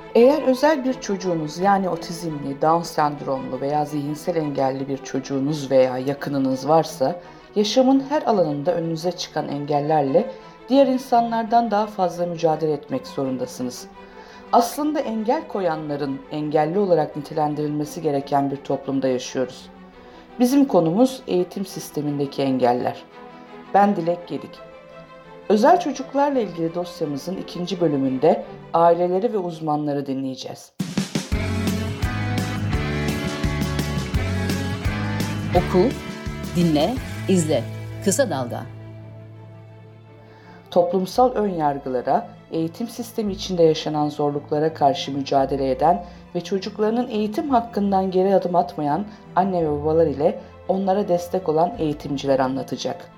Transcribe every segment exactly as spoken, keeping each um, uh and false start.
Eğer özel bir çocuğunuz yani otizmli, Down sendromlu veya zihinsel engelli bir çocuğunuz veya yakınınız varsa, yaşamın her alanında önünüze çıkan engellerle diğer insanlardan daha fazla mücadele etmek zorundasınız. Aslında engel koyanların engelli olarak nitelendirilmesi gereken bir toplumda yaşıyoruz. Bizim konumuz eğitim sistemindeki engeller. Ben Dilek Gedik. Özel çocuklarla ilgili dosyamızın ikinci bölümünde aileleri ve uzmanları dinleyeceğiz. Oku, dinle, izle. Kısa Dalga. Toplumsal önyargılara, eğitim sistemi içinde yaşanan zorluklara karşı mücadele eden ve çocuklarının eğitim hakkından geri adım atmayan anne ve babalar ile onlara destek olan eğitimciler anlatacak.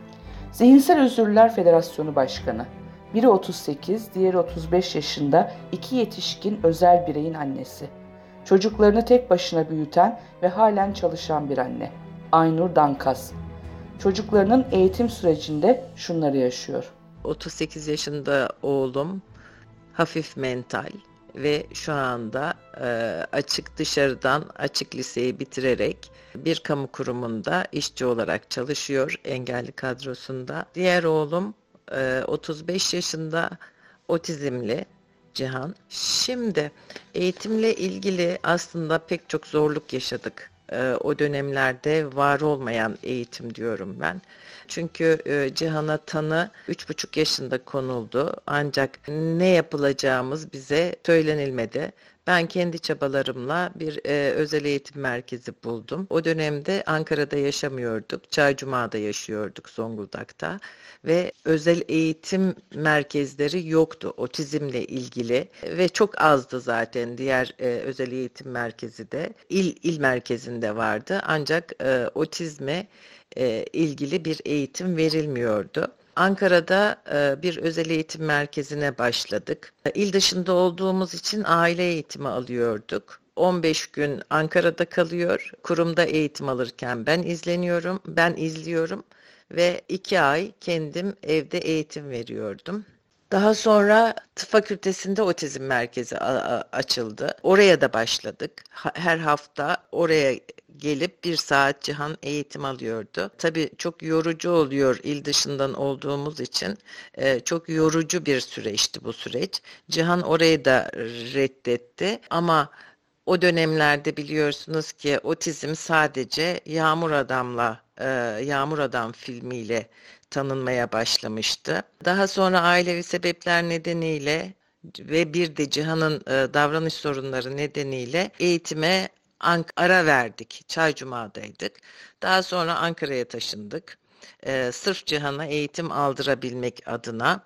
Zihinsel Özürlüler Federasyonu Başkanı. Biri otuz sekiz, diğeri otuz beş yaşında iki yetişkin özel bireyin annesi. Çocuklarını tek başına büyüten ve halen çalışan bir anne. Aynur Dankas. Çocuklarının eğitim sürecinde şunları yaşıyor. otuz sekiz yaşında oğlum, hafif mental ve şu anda e, açık dışarıdan açık liseyi bitirerek bir kamu kurumunda işçi olarak çalışıyor, engelli kadrosunda. Diğer oğlum e, otuz beş yaşında, otizmli Cihan. Şimdi eğitimle ilgili aslında pek çok zorluk yaşadık. E, o dönemlerde var olmayan eğitim diyorum ben. Çünkü e, Cihan'a tanı üç buçuk yaşında konuldu. Ancak ne yapılacağımız bize söylenilmedi. Ben kendi çabalarımla bir e, özel eğitim merkezi buldum. O dönemde Ankara'da yaşamıyorduk. Çaycuma'da yaşıyorduk, Zonguldak'ta. Ve özel eğitim merkezleri yoktu otizmle ilgili. Ve çok azdı zaten diğer e, özel eğitim merkezi de. İl, il merkezinde vardı. Ancak e, otizme e, ilgili bir eğitim verilmiyordu. Ankara'da e, bir özel eğitim merkezine başladık. İl dışında olduğumuz için aile eğitimi alıyorduk. on beş gün Ankara'da kalıyor. Kurumda eğitim alırken ben izleniyorum, ben izliyorum ve iki ay kendim evde eğitim veriyordum. Daha sonra tıp fakültesinde otizm merkezi açıldı. Oraya da başladık. Her hafta oraya gelip bir saat Cihan eğitim alıyordu. Tabii çok yorucu oluyor il dışından olduğumuz için. Ee, çok yorucu bir süreçti bu süreç. Cihan orayı da reddetti ama o dönemlerde biliyorsunuz ki otizm sadece Yağmur Adam'la, e, Yağmur Adam filmiyle tanınmaya başlamıştı. Daha sonra ailevi sebepler nedeniyle ve bir de Cihan'ın e, davranış sorunları nedeniyle eğitime Ank- ara verdik. Çaycuma'daydık. Daha sonra Ankara'ya taşındık. E, sırf Cihan'a eğitim aldırabilmek adına.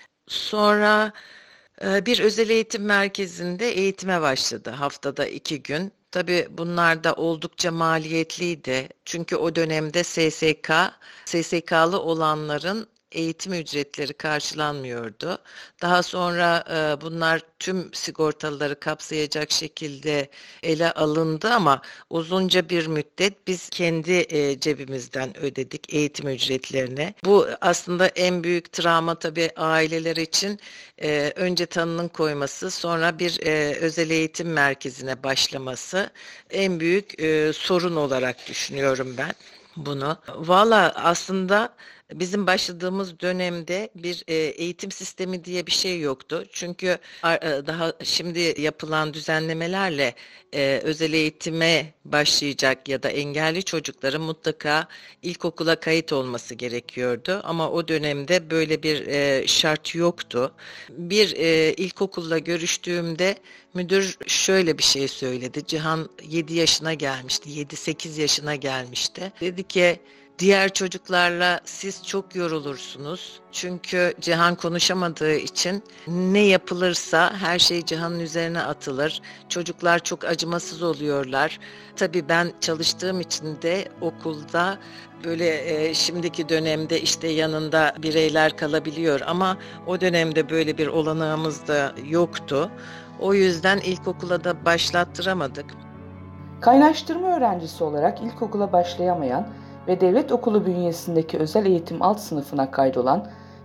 Sonra e, bir özel eğitim merkezinde eğitime başladı haftada iki gün. Tabii bunlar da oldukça maliyetliydi. Çünkü o dönemde S S K, S S K'lı olanların eğitim ücretleri karşılanmıyordu. Daha sonra e, bunlar tüm sigortalıları kapsayacak şekilde ele alındı ama uzunca bir müddet biz kendi e, cebimizden ödedik eğitim ücretlerini. Bu aslında en büyük travma tabii aileler için. E, önce tanının koyması, sonra bir e, özel eğitim merkezine başlaması en büyük e, sorun olarak düşünüyorum ben bunu. Valla aslında bizim başladığımız dönemde bir e, eğitim sistemi diye bir şey yoktu. Çünkü a- e, daha şimdi yapılan düzenlemelerle e, özel eğitime başlayacak ya da engelli çocukların mutlaka ilkokula kayıt olması gerekiyordu. Ama o dönemde böyle bir e, şart yoktu. Bir e, ilkokulla görüştüğümde müdür şöyle bir şey söyledi. Cihan yedi yaşına gelmişti, yedi sekiz yaşına gelmişti. Dedi ki diğer çocuklarla siz çok yorulursunuz. Çünkü Cihan konuşamadığı için ne yapılırsa her şey Cihan'ın üzerine atılır. Çocuklar çok acımasız oluyorlar. Tabii ben çalıştığım için de okulda böyle e, şimdiki dönemde işte yanında bireyler kalabiliyor ama o dönemde böyle bir olanağımız da yoktu. O yüzden ilkokula da başlattıramadık. Kaynaştırma öğrencisi olarak ilkokula başlayamayan ve devlet okulu bünyesindeki özel eğitim alt sınıfına kaydolan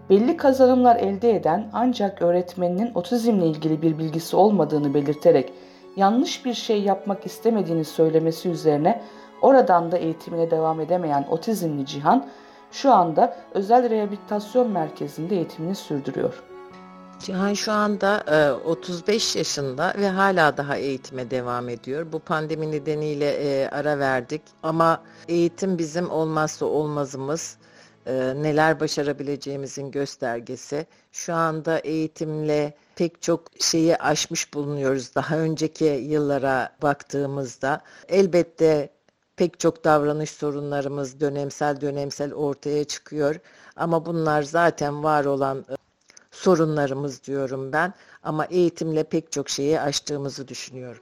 belli kazanımlar elde eden ancak öğretmeninin otizmle ilgili bir bilgisi olmadığını belirterek yanlış bir şey yapmak istemediğini söylemesi üzerine oradan da eğitimine devam edemeyen otizmli Cihan şu anda özel rehabilitasyon merkezinde eğitimini sürdürüyor. Cihan şu anda e, otuz beş yaşında ve hala daha eğitime devam ediyor. Bu pandemi nedeniyle e, ara verdik ama eğitim bizim olmazsa olmazımız. E, neler başarabileceğimizin göstergesi. Şu anda eğitimle pek çok şeyi aşmış bulunuyoruz. Daha önceki yıllara baktığımızda elbette pek çok davranış sorunlarımız dönemsel dönemsel ortaya çıkıyor. Ama bunlar zaten var olan sorunlarımız diyorum ben, ama eğitimle pek çok şeyi aştığımızı düşünüyorum.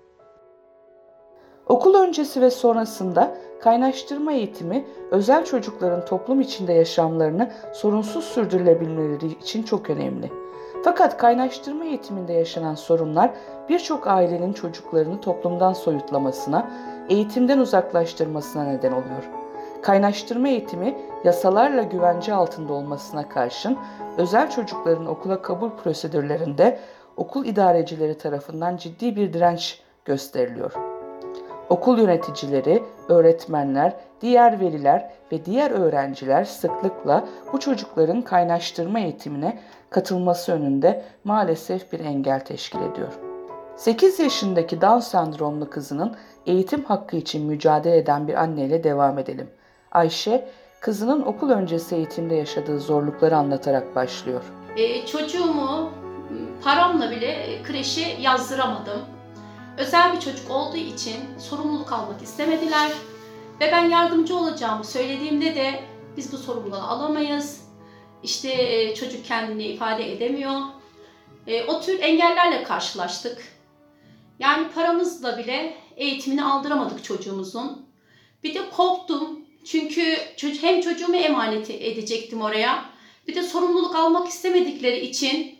Okul öncesi ve sonrasında kaynaştırma eğitimi özel çocukların toplum içinde yaşamlarını sorunsuz sürdürülebilmeleri için çok önemli. Fakat kaynaştırma eğitiminde yaşanan sorunlar birçok ailenin çocuklarını toplumdan soyutlamasına, eğitimden uzaklaştırmasına neden oluyor. Kaynaştırma eğitimi yasalarla güvence altında olmasına karşın özel çocukların okula kabul prosedürlerinde okul idarecileri tarafından ciddi bir direnç gösteriliyor. Okul yöneticileri, öğretmenler, diğer veliler ve diğer öğrenciler sıklıkla bu çocukların kaynaştırma eğitimine katılması önünde maalesef bir engel teşkil ediyor. sekiz yaşındaki Down sendromlu kızının eğitim hakkı için mücadele eden bir anneyle devam edelim. Ayşe, kızının okul öncesi eğitimde yaşadığı zorlukları anlatarak başlıyor. E, çocuğumu paramla bile kreşe yazdıramadım. Özel bir çocuk olduğu için sorumluluk almak istemediler ve ben yardımcı olacağımı söylediğimde de biz bu sorumluluğu alamayız. İşte e, çocuk kendini ifade edemiyor. E, o tür engellerle karşılaştık. Yani paramızla bile eğitimini aldıramadık çocuğumuzun. Bir de korktum. Çünkü hem çocuğumu emanet edecektim oraya. Bir de sorumluluk almak istemedikleri için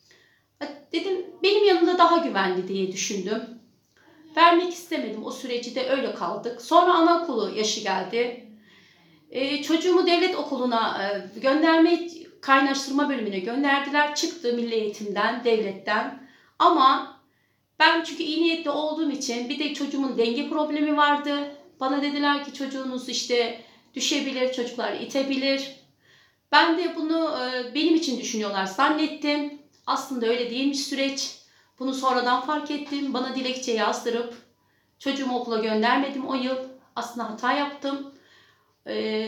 dedim benim yanımda daha güvenli diye düşündüm. Vermek istemedim. O süreci de öyle kaldık. Sonra anaokulu yaşı geldi. Ee, çocuğumu devlet okuluna e, gönderme, kaynaştırma bölümüne gönderdiler. Çıktı milli eğitimden, devletten. Ama ben çünkü iyi niyetli olduğum için bir de çocuğumun denge problemi vardı. Bana dediler ki çocuğunuz işte düşebilir, çocuklar itebilir. Ben de bunu e, benim için düşünüyorlar zannettim. Aslında öyle değilmiş süreç. Bunu sonradan fark ettim. Bana dilekçe yazdırıp çocuğumu okula göndermedim o yıl. Aslında hata yaptım. E,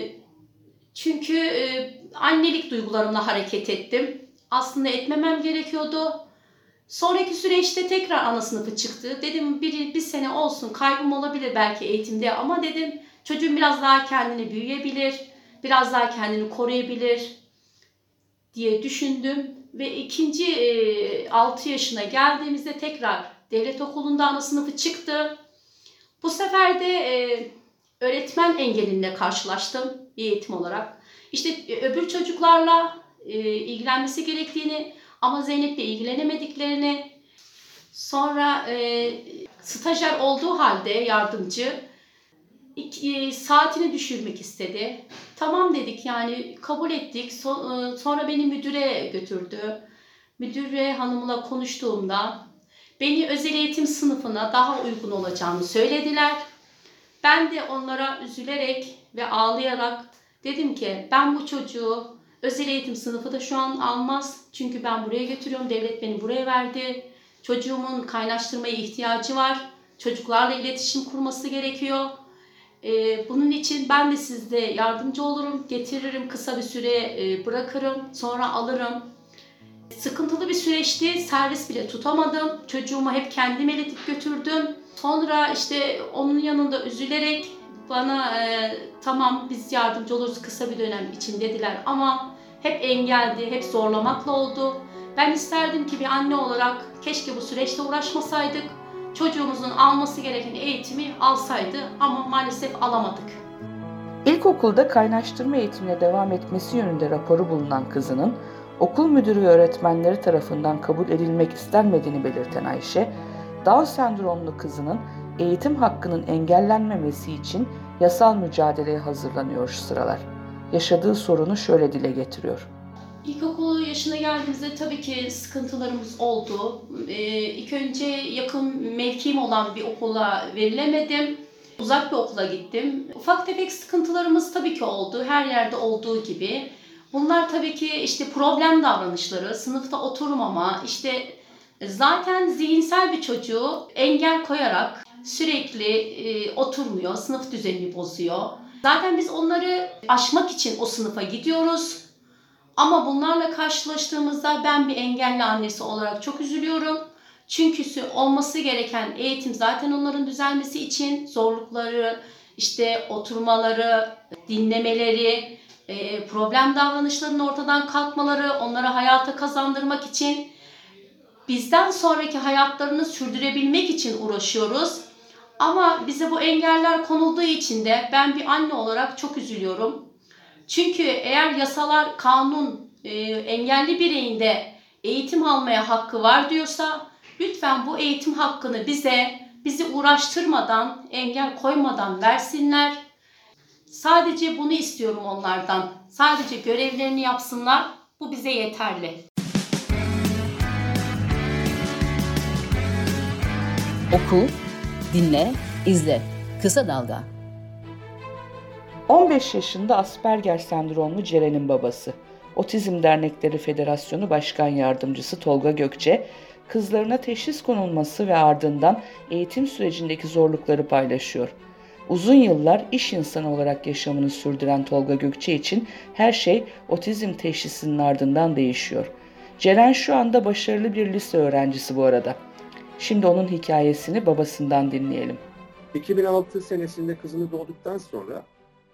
çünkü e, annelik duygularımla hareket ettim. Aslında etmemem gerekiyordu. Sonraki süreçte tekrar ana sınıfı çıktı. Dedim bir, bir sene olsun, kaybım olabilir belki eğitimde ama dedim çocuğum biraz daha kendini büyüyebilir, biraz daha kendini koruyabilir diye düşündüm. Ve ikinci e, altı yaşına geldiğimizde tekrar devlet okulunda ana sınıfı çıktı. Bu sefer de e, öğretmen engelinle karşılaştım eğitim olarak. İşte e, öbür çocuklarla e, ilgilenmesi gerektiğini ama Zeynep'le ilgilenemediklerini, sonra e, stajyer olduğu halde yardımcı iki, e, saatini düşürmek istedi. Tamam dedik, yani kabul ettik. So, e, sonra beni müdüre götürdü. Müdüre hanımla konuştuğumda beni özel eğitim sınıfına daha uygun olacağını söylediler. Ben de onlara üzülerek ve ağlayarak dedim ki ben bu çocuğu özel eğitim sınıfı da şu an almaz. Çünkü ben buraya götürüyorum. Devlet beni buraya verdi. Çocuğumun kaynaştırmaya ihtiyacı var. Çocuklarla iletişim kurması gerekiyor. Ee, bunun için ben de sizde yardımcı olurum. Getiririm, kısa bir süre e, bırakırım. Sonra alırım. Sıkıntılı bir süreçti. Servis bile tutamadım. Çocuğumu hep kendim eletip götürdüm. Sonra işte onun yanında üzülerek bana e, tamam biz yardımcı oluruz kısa bir dönem için dediler ama hep engeldi, hep zorlamakla oldu. Ben isterdim ki bir anne olarak keşke bu süreçte uğraşmasaydık. Çocuğumuzun alması gereken eğitimi alsaydı ama maalesef alamadık. İlkokulda kaynaştırma eğitimine devam etmesi yönünde raporu bulunan kızının okul müdürü ve öğretmenleri tarafından kabul edilmek istenmediğini belirten Ayşe, Down sendromlu kızının eğitim hakkının engellenmemesi için yasal mücadeleye hazırlanıyor şu sıralar. Yaşadığı sorunu şöyle dile getiriyor. İlkokul yaşına geldiğimizde tabii ki sıkıntılarımız oldu. Ee, ilk önce yakın mevkim olan bir okula verilemedim. Uzak bir okula gittim. Ufak tefek sıkıntılarımız tabii ki oldu. Her yerde olduğu gibi. Bunlar tabii ki işte problem davranışları, sınıfta oturmama, işte zaten zihinsel bir çocuğu engel koyarak sürekli e, oturmuyor, sınıf düzenini bozuyor. Zaten biz onları aşmak için o sınıfa gidiyoruz. Ama bunlarla karşılaştığımızda ben bir engelli annesi olarak çok üzülüyorum. Çünkü olması gereken eğitim zaten onların düzelmesi için zorlukları, işte oturmaları, dinlemeleri, problem davranışlarının ortadan kalkmaları, onları hayata kazandırmak için, bizden sonraki hayatlarını sürdürebilmek için uğraşıyoruz. Ama bize bu engeller konulduğu için de ben bir anne olarak çok üzülüyorum. Çünkü eğer yasalar, kanun e, engelli bireyin de eğitim almaya hakkı var diyorsa, lütfen bu eğitim hakkını bize, bizi uğraştırmadan, engel koymadan versinler. Sadece bunu istiyorum onlardan. Sadece görevlerini yapsınlar. Bu bize yeterli. Oku, dinle, izle. Kısa Dalga. on beş yaşında Asperger sendromlu Ceren'in babası. Otizm Dernekleri Federasyonu Başkan Yardımcısı Tolga Gökçe, kızlarına teşhis konulması ve ardından eğitim sürecindeki zorlukları paylaşıyor. Uzun yıllar iş insanı olarak yaşamını sürdüren Tolga Gökçe için her şey otizm teşhisinin ardından değişiyor. Ceren şu anda başarılı bir lise öğrencisi bu arada. Şimdi onun hikayesini babasından dinleyelim. iki bin altı senesinde kızımız doğduktan sonra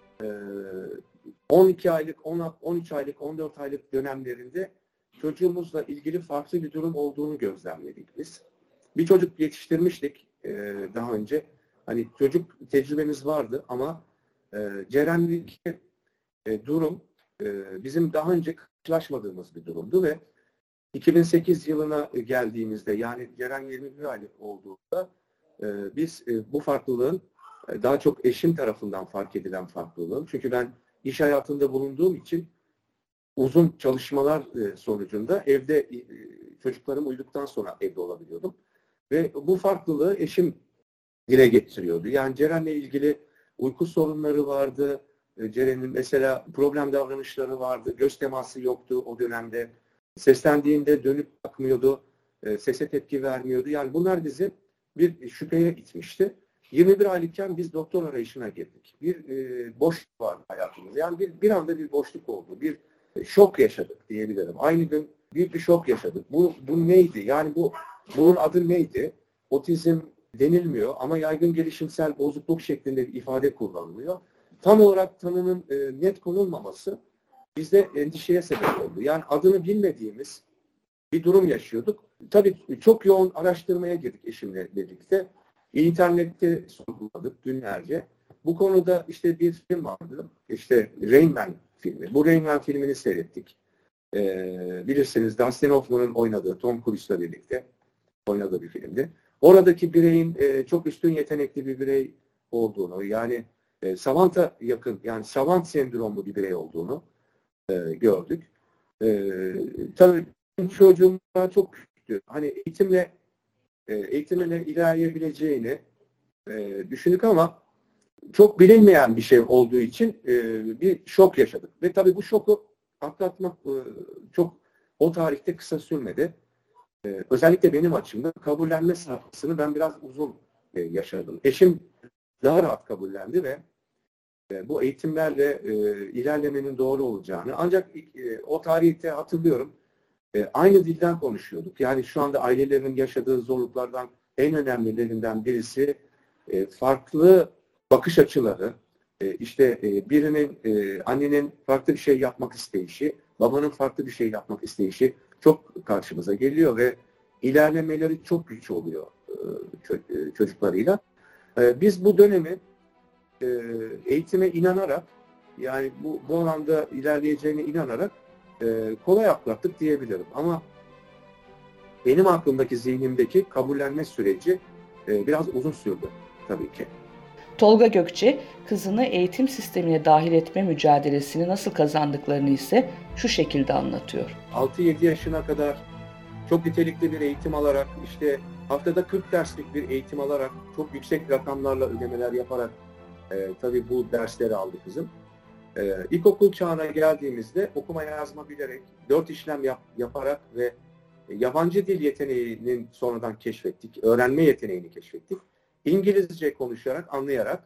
on iki aylık, on üç aylık, on dört aylık dönemlerinde çocuğumuzla ilgili farklı bir durum olduğunu gözlemledik biz. Bir çocuk yetiştirmiştik daha önce. Hani çocuk tecrübemiz vardı ama Ceren'deki durum bizim daha önce karşılaşmadığımız bir durumdu ve iki bin sekiz yılına geldiğimizde, yani Ceren yirmi bir aylık olduğunda biz bu farklılığın daha çok eşim tarafından fark edilen farklılığın, çünkü ben iş hayatında bulunduğum için uzun çalışmalar sonucunda evde çocuklarım uyuduktan sonra evde olabiliyordum. Ve bu farklılığı eşim dile getiriyordu. Yani Ceren'le ilgili uyku sorunları vardı. Ceren'in mesela problem davranışları vardı. Göz teması yoktu o dönemde. Seslendiğinde dönüp bakmıyordu. Sese tepki vermiyordu. Yani bunlar bizi bir şüpheye itmişti. yirmi bir aylıkken biz doktor arayışına girdik. Bir e, boşluk vardı hayatımızda. Yani bir, bir anda bir boşluk oldu. Bir şok yaşadık diyebilirim. Aynı gün büyük bir şok yaşadık. Bu, bu neydi? Yani bu bunun adı neydi? Otizm denilmiyor ama yaygın gelişimsel bozukluk şeklinde bir ifade kullanılıyor. Tam olarak tanının e, net konulmaması bizde endişeye sebep oldu. Yani adını bilmediğimiz bir durum yaşıyorduk. Tabii çok yoğun araştırmaya girdik eşimle birlikte. İnternette sorguladık günlerce. Bu konuda işte bir film vardı. İşte Rain Man filmi. Bu Rain Man filmini seyrettik. Ee, bilirsiniz Dustin Hoffman'ın oynadığı, Tom Cruise'la birlikte oynadığı bir filmdi. Oradaki bireyin e, çok üstün yetenekli bir birey olduğunu, yani e, savanta yakın, yani savant sendromlu bir birey olduğunu e, gördük. E, tabii çocuğum çok küçüktü. Hani eğitimle e, eğitimle ilerleyebileceğini e, düşündük ama çok bilinmeyen bir şey olduğu için e, bir şok yaşadık. Ve tabii bu şoku atlatmak e, çok o tarihte kısa sürmedi. E, özellikle benim açımdan kabullenme safhasını ben biraz uzun e, yaşadım. Eşim daha rahat kabullendi ve e, bu eğitimlerle e, ilerlemenin doğru olacağını. Ancak e, o tarihte hatırlıyorum e, aynı dilden konuşuyorduk. Yani şu anda ailelerin yaşadığı zorluklardan en önemlilerinden birisi e, farklı bakış açıları, e, işte e, birinin, e, annenin farklı bir şey yapmak isteyişi, babanın farklı bir şey yapmak isteyişi çok karşımıza geliyor ve ilerlemeleri çok güç oluyor e, çocuklarıyla. E, biz bu dönemi e, eğitime inanarak, yani bu, bu alanda ilerleyeceğine inanarak e, kolay atlattık diyebilirim. Ama benim aklımdaki, zihnimdeki kabullenme süreci e, biraz uzun sürdü tabii ki. Tolga Gökçe, kızını eğitim sistemine dahil etme mücadelesini nasıl kazandıklarını ise şu şekilde anlatıyor. altı yedi yaşına kadar çok nitelikli bir eğitim alarak, işte haftada kırk derslik bir eğitim alarak, çok yüksek rakamlarla ödemeler yaparak e, tabii bu dersleri aldı kızım. E, ilkokul çağına geldiğimizde okuma yazma bilerek, dört işlem yap, yaparak ve yabancı dil yeteneğinin sonradan keşfettik, öğrenme yeteneğini keşfettik. İngilizce konuşarak, anlayarak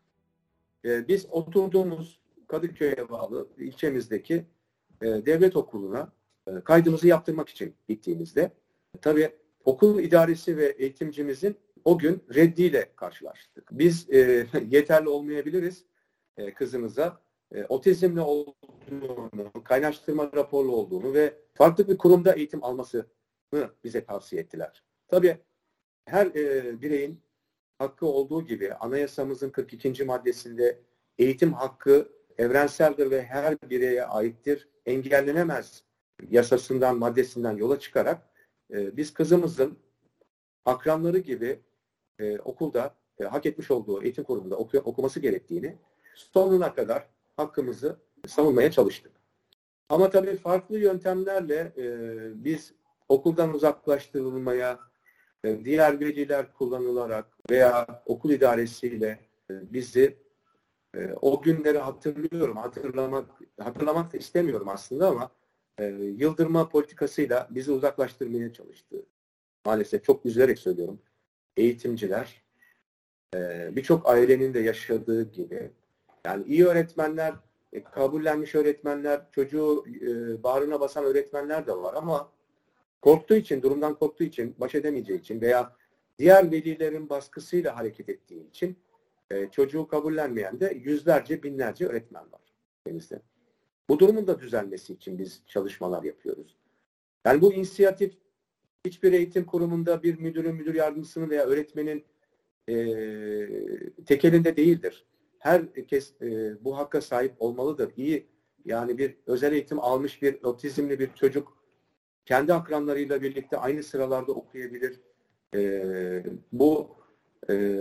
e, biz oturduğumuz Kadıköy'e bağlı ilçemizdeki e, devlet okuluna e, kaydımızı yaptırmak için gittiğimizde tabii okul idaresi ve eğitimcimizin o gün reddiyle karşılaştık. Biz e, yeterli olmayabiliriz e, kızımıza e, otizmli olduğunu, kaynaştırma raporlu olduğunu ve farklı bir kurumda eğitim almasını bize tavsiye ettiler. Tabii her e, bireyin hakkı olduğu gibi anayasamızın kırk ikinci maddesinde eğitim hakkı evrenseldir ve her bireye aittir, engellenemez yasasından, maddesinden yola çıkarak e, biz kızımızın akranları gibi e, okulda e, hak etmiş olduğu eğitim kurumunda oku, okuması gerektiğini sonuna kadar hakkımızı savunmaya çalıştık. Ama tabii farklı yöntemlerle e, biz okuldan uzaklaştırılmaya, e, diğer veliler kullanılarak veya okul idaresiyle e, bizi e, o günleri hatırlıyorum, hatırlamak hatırlamak da istemiyorum aslında ama e, yıldırma politikasıyla bizi uzaklaştırmaya çalıştı. Maalesef çok üzülerek söylüyorum. Eğitimciler, e, birçok ailenin de yaşadığı gibi, yani iyi öğretmenler, e, kabullenmiş öğretmenler, çocuğu e, bağrına basan öğretmenler de var ama korktuğu için, durumdan korktuğu için, baş edemeyeceği için veya diğer velilerin baskısıyla hareket ettiği için e, çocuğu kabullenmeyen de yüzlerce, binlerce öğretmen var ülkemizde. Bu durumun da düzelmesi için biz çalışmalar yapıyoruz. Yani bu inisiyatif hiçbir eğitim kurumunda bir müdürün, müdür yardımcısının veya öğretmenin e, tek elinde değildir. Herkes e, bu hakka sahip olmalıdır. İyi, yani bir özel eğitim almış bir otizmli bir çocuk kendi akranlarıyla birlikte aynı sıralarda okuyabilir. E, bu e,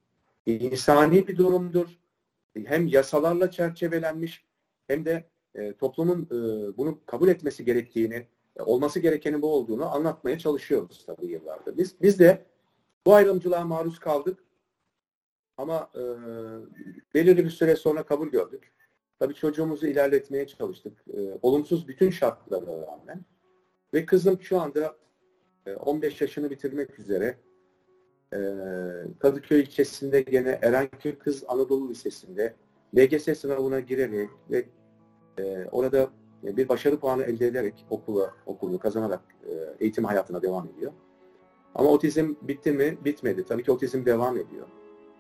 insani bir durumdur. Hem yasalarla çerçevelenmiş hem de e, toplumun e, bunu kabul etmesi gerektiğini, e, olması gerekenin bu olduğunu anlatmaya çalışıyoruz tabii yıllardır. Biz, biz de bu ayrımcılığa maruz kaldık ama e, belirli bir süre sonra kabul gördük. Tabii çocuğumuzu ilerletmeye çalıştık. E, olumsuz bütün şartlara rağmen. Ve kızım şu anda e, on beş yaşını bitirmek üzere e, Kadıköy ilçesinde gene Erenköy Kız Anadolu Lisesi'nde L G S sınavına girerek ve e, orada bir başarı puanı elde ederek okula, okulunu kazanarak e, eğitim hayatına devam ediyor. Ama otizm bitti mi? Bitmedi. Tabii ki otizm devam ediyor.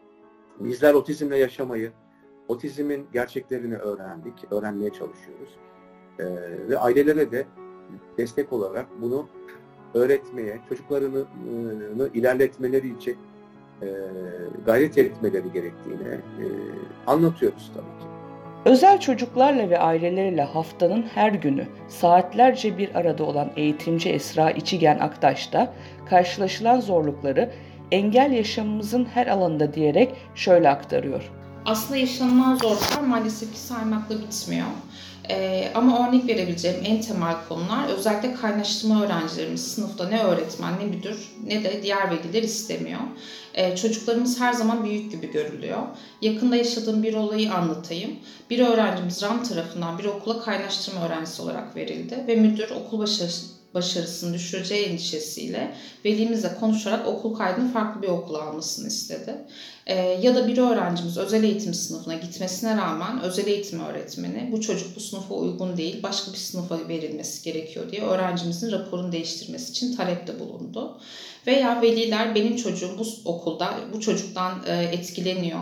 Bizler otizmle yaşamayı, otizmin gerçeklerini öğrendik, öğrenmeye çalışıyoruz. E, ve ailelere de destek olarak bunu öğretmeye, çocuklarını ıı, ilerletmeleri için e, gayret etmeleri gerektiğini e, anlatıyoruz tabii ki. Özel çocuklarla ve aileleriyle haftanın her günü saatlerce bir arada olan eğitimci Esra İçigen Aktaş da karşılaşılan zorlukları engel yaşamımızın her alanında diyerek şöyle aktarıyor. Aslında yaşanılan zorluklar maalesef ki saymakla bitmiyor. Ee, ama örnek verebileceğim en temel konular özellikle kaynaştırma öğrencilerimiz sınıfta ne öğretmen ne müdür ne de diğer veliler istemiyor. Ee, çocuklarımız her zaman büyük gibi görülüyor. Yakında yaşadığım bir olayı anlatayım. Bir öğrencimiz RAM tarafından bir okula kaynaştırma öğrencisi olarak verildi ve müdür okul başarısı başarısını düşüreceği endişesiyle velimizle konuşarak okul kaydını farklı bir okula almasını istedi. Ee, ya da bir öğrencimiz özel eğitim sınıfına gitmesine rağmen özel eğitim öğretmeni bu çocuk bu sınıfa uygun değil, başka bir sınıfa verilmesi gerekiyor diye öğrencimizin raporunu değiştirmesi için talepte bulundu. Veya veliler benim çocuğum bu okulda bu çocuktan e, etkileniyor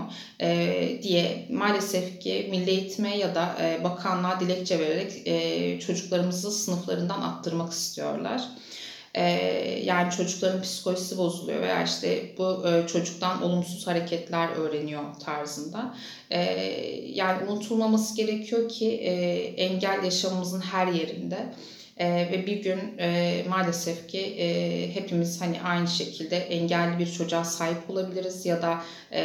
e, diye maalesef ki Milli Eğitim'e ya da e, bakanlığa dilekçe vererek e, çocuklarımızı sınıflarından attırmak istiyorlar. E, yani çocukların psikolojisi bozuluyor veya işte bu e, çocuktan olumsuz hareketler öğreniyor tarzında. E, yani unutulmaması gerekiyor ki e, engel yaşamımızın her yerinde. Ee, ve bir gün e, maalesef ki e, hepimiz hani aynı şekilde engelli bir çocuğa sahip olabiliriz ya da e,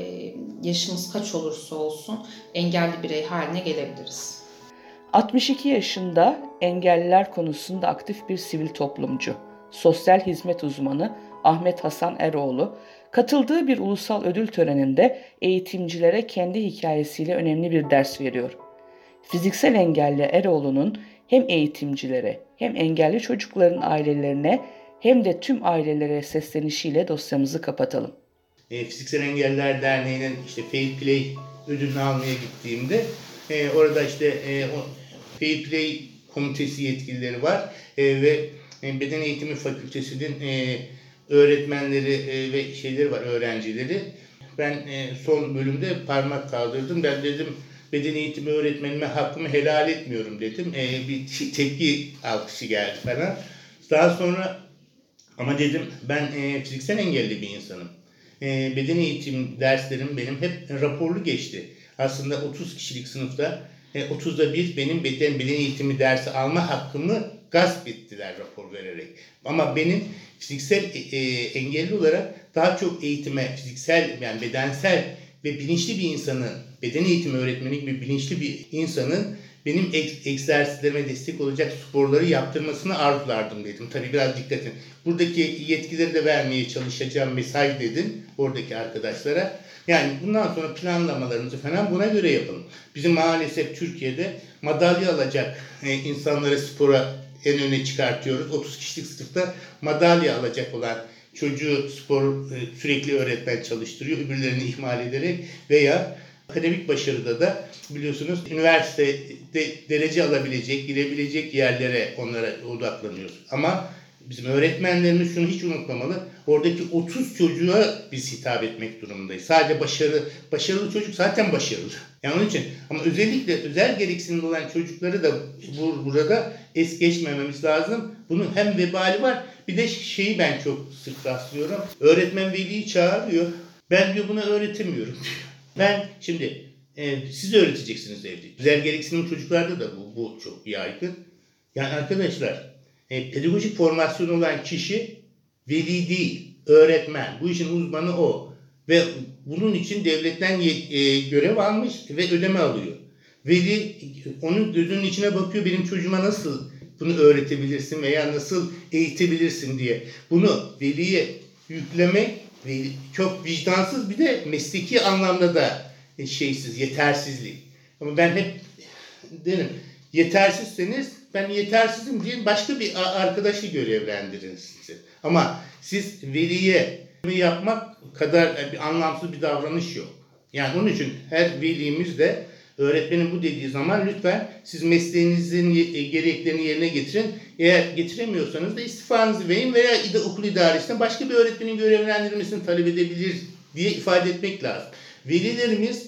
yaşımız kaç olursa olsun engelli birey haline gelebiliriz. altmış iki yaşında engelliler konusunda aktif bir sivil toplumcu, sosyal hizmet uzmanı Ahmet Hasan Eroğlu, katıldığı bir ulusal ödül töreninde eğitimcilere kendi hikayesiyle önemli bir ders veriyor. Fiziksel engelli Eroğlu'nun hem eğitimcilere hem engelli çocukların ailelerine hem de tüm ailelere seslenişiyle dosyamızı kapatalım. E, Fiziksel Engelliler Derneği'nin işte Fair Play ödülünü almaya gittiğimde e, orada işte e, o Fair Play komitesi yetkilileri var e, ve e, Beden Eğitimi Fakültesi'nin e, öğretmenleri e, ve şeyleri var, öğrencileri. Ben e, son bölümde parmak kaldırdım. Ben dedim beden eğitimi öğretmenime hakkımı helal etmiyorum dedim. E, bir tepki alkışı geldi bana. Daha sonra ama dedim ben e, fiziksel engelli bir insanım. E, beden eğitim derslerim benim hep raporlu geçti. Aslında otuz kişilik sınıfta e, otuzda bir benim beden, beden eğitimi dersi alma hakkımı gasp ettiler rapor vererek. Ama benim fiziksel e, engelli olarak daha çok eğitime, fiziksel yani bedensel ve bilinçli bir insanın, beden eğitimi öğretmeni gibi bilinçli bir insanın benim ek, egzersizlerime destek olacak sporları yaptırmasını arzulardım dedim. Tabii biraz dikkat edin. Buradaki yetkileri de vermeye çalışacağım mesaj dedim oradaki arkadaşlara. Yani bundan sonra planlamalarınızı falan buna göre yapın. Bizim maalesef Türkiye'de madalya alacak e, insanları spora en öne çıkartıyoruz. otuz kişilik sınıfta madalya alacak olan çocuğu spor sürekli öğretmen çalıştırıyor. Öbürlerini ihmal ederek veya akademik başarıda da biliyorsunuz üniversitede derece alabilecek, girebilecek yerlere onlara odaklanıyoruz. Ama bizim öğretmenlerimiz şunu hiç unutmamalı. Oradaki otuz çocuğa biz hitap etmek durumundayız. Sadece başarı, başarılı çocuk zaten başarılı. Yani onun için ama özellikle özel gereksinimli olan çocukları da bur, burada es geçmememiz lazım. Bunun hem vebali var, bir de şeyi ben çok sık rastlıyorum. Öğretmen veliyi çağırıyor. Ben diyor bunu öğretemiyorum diyor. Ben şimdi e, siz öğreteceksiniz evde. Özel gereksinimli çocuklarda da bu, bu çok yaygın. Yani arkadaşlar e, pedagojik formasyonu olan kişi veli değil, öğretmen. Bu işin uzmanı o. Ve bunun için devletten e, görev almış ve ödeme alıyor. Veli onun gözünün içine bakıyor, benim çocuğuma nasıl bunu öğretebilirsin veya nasıl eğitebilirsin diye. Bunu veliye yüklemek veli, çok vicdansız, bir de mesleki anlamda da şeysiz, yetersizlik. Ama ben hep derim, yetersizseniz ben yetersizim diye başka bir arkadaşı görevlendirin size. Ama siz veliye yapmak kadar bir anlamsız bir davranış yok. Yani onun için her velimiz de öğretmenin bu dediği zaman lütfen siz mesleğinizin gereklerini yerine getirin. Eğer getiremiyorsanız da istifanızı verin veya okul idaresine başka bir öğretmenin görevlendirilmesini talep edebilir diye ifade etmek lazım. Velilerimiz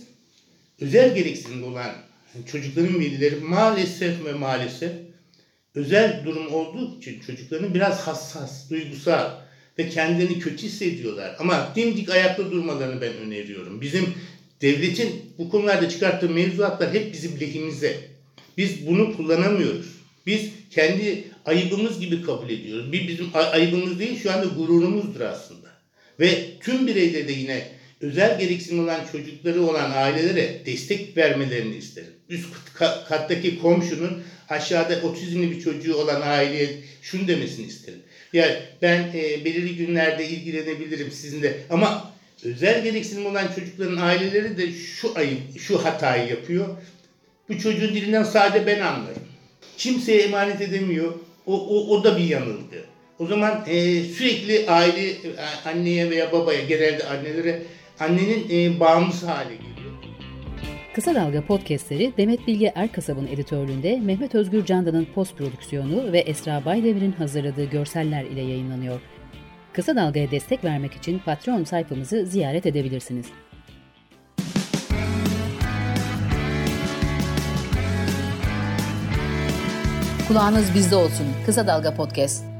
özel gereksinimli olan çocukların velileri maalesef ve maalesef özel durum olduğu için çocukların biraz hassas, duygusal ve kendini kötü hissediyorlar. Ama dimdik ayakta durmalarını ben öneriyorum. Bizim devletin bu konularda çıkarttığı mevzuatlar hep bizim lehimize. Biz bunu kullanamıyoruz. Biz kendi ayıbımız gibi kabul ediyoruz. Bir bizim ayıbımız değil, şu anda gururumuzdur aslında. Ve tüm bireyleri de yine özel gereksinim olan çocukları olan ailelere destek vermelerini isterim. Üst kattaki komşunun aşağıda otizmli bir çocuğu olan aileye şunu demesini isterim. Yani ben e, belirli günlerde ilgilenebilirim sizinle ama özel gereksinim olan çocukların aileleri de şu ayıp, şu hatayı yapıyor. Bu çocuğun dilinden sadece ben anlarım. Kimseye emanet edemiyor. O, o, o da bir yanılgı. O zaman e, sürekli aile, anneye veya babaya, genelde annelere, annenin e, bağımlısı hale geliyor. Kısa Dalga podcastleri Demet Bilge Erkasab'ın editörlüğünde Mehmet Özgür Candan'ın post prodüksiyonu ve Esra Baydemir'in hazırladığı görseller ile yayınlanıyor. Kısa Dalga'ya destek vermek için Patreon sayfamızı ziyaret edebilirsiniz. Kulağınız bizde olsun. Kısa Dalga Podcast.